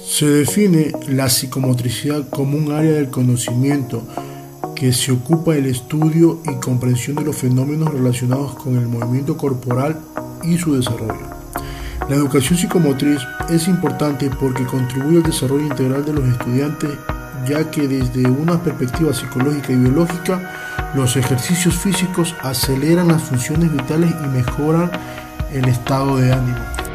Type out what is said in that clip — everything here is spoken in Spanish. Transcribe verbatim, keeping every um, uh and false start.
Se define la psicomotricidad como un área del conocimiento que se ocupa del estudio y comprensión de los fenómenos relacionados con el movimiento corporal y su desarrollo. La educación psicomotriz es importante porque contribuye al desarrollo integral de los estudiantes, ya que desde una perspectiva psicológica y biológica, los ejercicios físicos aceleran las funciones vitales y mejoran el estado de ánimo.